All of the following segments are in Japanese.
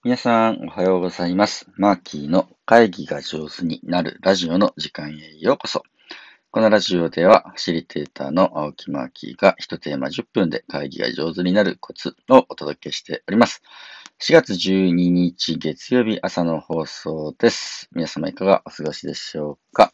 皆さん、おはようございます。マーキーの会議が上手になるラジオの時間へようこそ。このラジオでは、ファシリテーターの青木マーキーが一テーマ10分で会議が上手になるコツをお届けしております。4月12日月曜日朝の放送です。皆様いかがお過ごしでしょうか。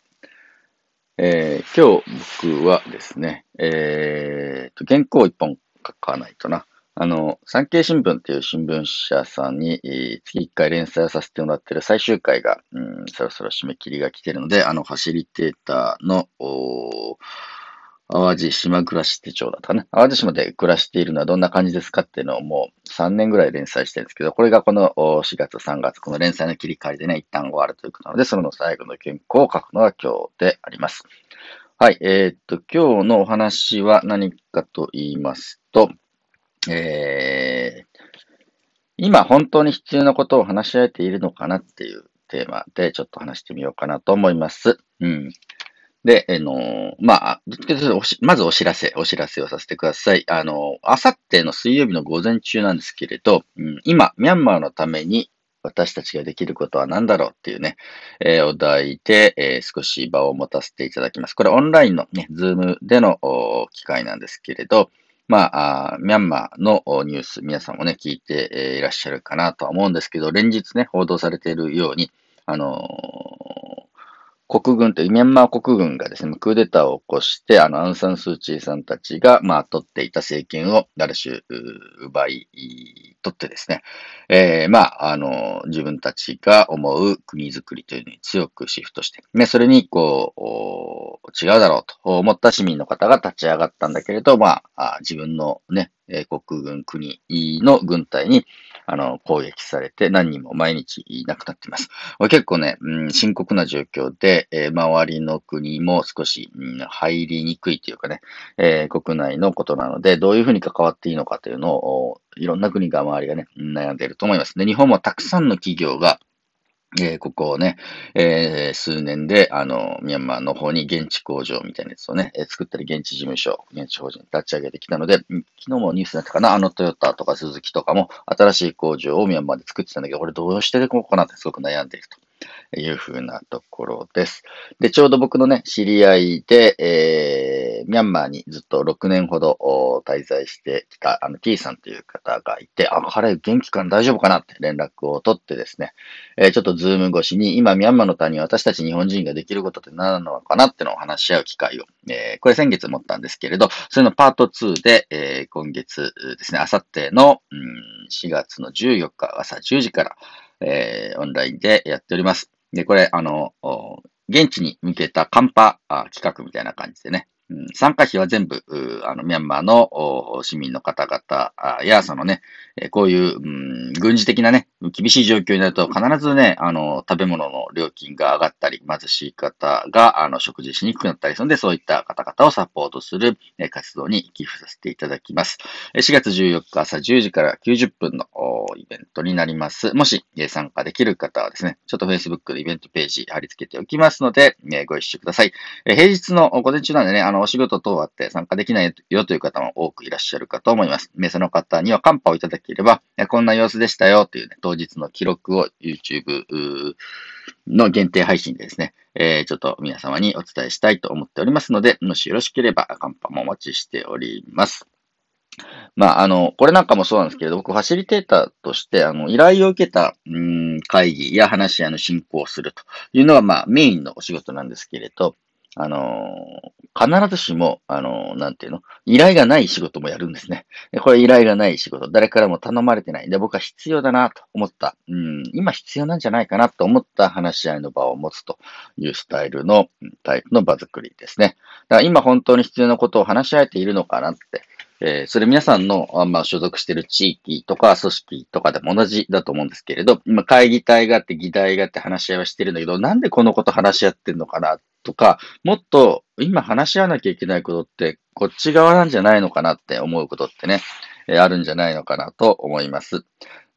今日僕はですね、原稿を一本書かないとな。産経新聞っていう新聞社さんに、月1回連載をさせてもらってる最終回が、そろそろ締め切りが来てるので、ファシリテーターの、淡路島暮らし手帳だったかな。淡路島で暮らしているのはどんな感じですかっていうのをもう3年ぐらい連載してるんですけど、これがこの4月、3月、この連載の切り替わりでね、一旦終わるということなので、その最後の原稿を書くのは今日であります。はい。今日のお話は何かと言いますと、今本当に必要なことを話し合えているのかなっていうテーマでちょっと話してみようかなと思います。で、どっちかというとまずお知らせをさせてください。あさっての水曜日の午前中なんですけれど、今、ミャンマーのために私たちができることは何だろうっていうね、お題で、少し場を持たせていただきます。これオンラインのね、ズームでの機会なんですけれど、ミャンマーのニュース、皆さんもね、聞いていらっしゃるかなとは思うんですけど、連日ね、報道されているように、あの国軍というミャンマー国軍がですね、クーデターを起こして、アウンサンスーチーさんたちが、取っていた政権を、ある種、奪い取ってですね、自分たちが思う国づくりというのに強くシフトして、ね、それに、違うだろうと思った市民の方が立ち上がったんだけれど、自分のね、国軍、国の軍隊に、攻撃されて何人も毎日亡くなっています。結構ね、深刻な状況で、周りの国も少し、入りにくいというかね、国内のことなので、どういうふうに関わっていいのかというのを、いろんな国が周りがね、悩んでいると思います。で、日本もたくさんの企業が、ここをね、数年で、ミャンマーの方に現地工場みたいなやつをね、作ったり現地事務所、現地法人立ち上げてきたので、昨日もニュースだったかな、トヨタとかスズキとかも新しい工場をミャンマーで作ってたんだけど、これどうしてでこうかなってすごく悩んでいると。いうふうなところです。で、ちょうど僕のね、知り合いで、ミャンマーにずっと6年ほど滞在してきた、T さんという方がいて、彼元気かな大丈夫かなって連絡を取ってですね、ちょっとズーム越しに、今ミャンマーの谷に私たち日本人ができることって何なのかなってのを話し合う機会を、これ先月持ったんですけれど、それのパート2で、今月ですね、あさっての、4月の14日朝10時から、オンラインでやっております。で、これ、現地に向けたカンパ企画みたいな感じでね、参加費は全部、ミャンマーの市民の方々や、そのね、こういう、軍事的なね、厳しい状況になると必ずね、食べ物の料金が上がったり、貧しい方が、食事しにくくなったりするので、そういった方々をサポートする、活動に寄付させていただきます。4月14日朝10時から90分のイベントになります。もし、参加できる方はですね、ちょっと Facebook でイベントページ貼り付けておきますので、ご一緒ください。平日の午前中なんでね、お仕事等あって参加できないよという方も多くいらっしゃるかと思います。その方にはカンパをいただければ、こんな様子でしたよというね、当日の記録を YouTube の限定配信でですね、ちょっと皆様にお伝えしたいと思っておりますので、もしよろしければカンパもお待ちしております。これなんかもそうなんですけれど、僕、ファシリテーターとして、依頼を受けた、会議や話し合いの進行をするというのが、メインのお仕事なんですけれど、必ずしも、なんていうの、依頼がない仕事もやるんですね。でこれ依頼がない仕事、誰からも頼まれてない。で、僕は必要だなと思った、今必要なんじゃないかなと思った話し合いの場を持つというスタイルの、タイプの場作りですね。だから今本当に必要なことを話し合えているのかなって、それ皆さんの、所属している地域とか組織とかでも同じだと思うんですけれど、今会議体があって議題があって話し合いはしてるんだけど、なんでこのこと話し合ってんのかなとか、もっと今話し合わなきゃいけないことってこっち側なんじゃないのかなって思うことってね、あるんじゃないのかなと思います。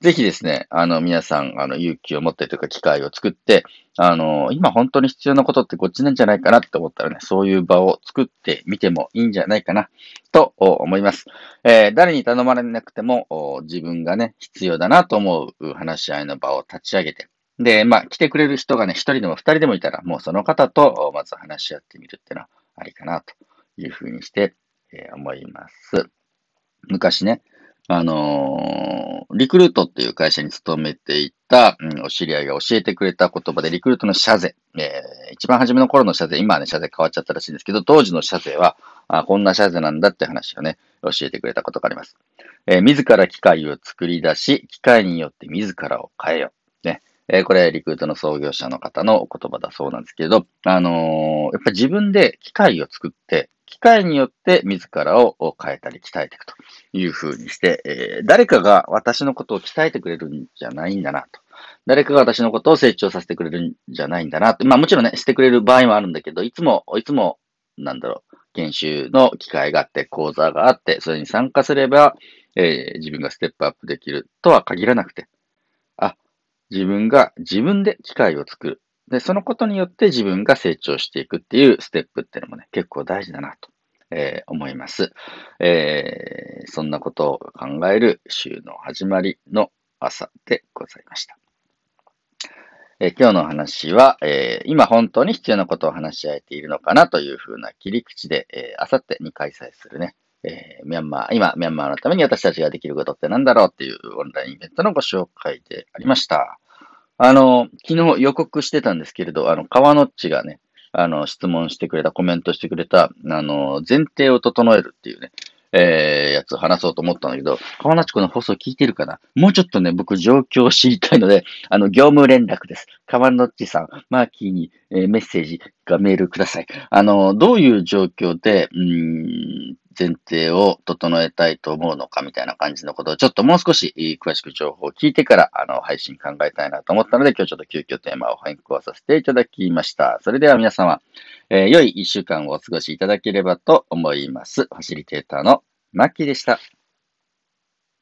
ぜひですね、皆さん、勇気を持ってというか、機会を作って、今本当に必要なことってこっちなんじゃないかなって思ったらね、そういう場を作ってみてもいいんじゃないかな、と思います。誰に頼まれなくても、自分がね、必要だなと思う話し合いの場を立ち上げて、で、まあ、来てくれる人がね、一人でも二人でもいたら、もうその方と、まず話し合ってみるっていうのはありかな、というふうにして、思います。昔ね、リクルートっていう会社に勤めていた、お知り合いが教えてくれた言葉で、リクルートの社税、一番初めの頃の社税、今はね、社税変わっちゃったらしいんですけど、当時の社税は、こんな社税なんだって話をね、教えてくれたことがあります。自ら機械を作り出し、機械によって自らを変えよ。ね。これ、リクルートの創業者の方の言葉だそうなんですけど、やっぱり自分で機械を作って、機械によって自らを変えたり鍛えていくというふうにして、誰かが私のことを鍛えてくれるんじゃないんだなと。誰かが私のことを成長させてくれるんじゃないんだなと。まあもちろんね、してくれる場合もあるんだけど、いつも、なんだろう、研修の機会があって、講座があって、それに参加すれば、自分がステップアップできるとは限らなくて、あ、自分が自分で機会を作る。で、そのことによって自分が成長していくっていうステップっていうのもね、結構大事だなと、思います。そんなことを考える週の始まりの朝でございました。今日の話は、今本当に必要なことを話し合えているのかなというふうな切り口で、あさってに開催するね、ミャンマーのために私たちができることって何だろうっていうオンラインイベントのご紹介でありました。昨日予告してたんですけれど、川のっちがね、質問してくれた、コメントしてくれた、前提を整えるっていうね、やつを話そうと思ったんだけど、川のっちこの放送聞いてるかな。もうちょっとね、僕状況を知りたいので、業務連絡です。川のっちさん、マーキーに、メッセージがメールください。どういう状況で、前提を整えたいと思うのかみたいな感じのことをちょっともう少し詳しく情報を聞いてから、配信考えたいなと思ったので、今日ちょっと急遽テーマを変更させていただきました。それでは皆様、良い一週間をお過ごしいただければと思います。ファシリテーターのマッキーでした。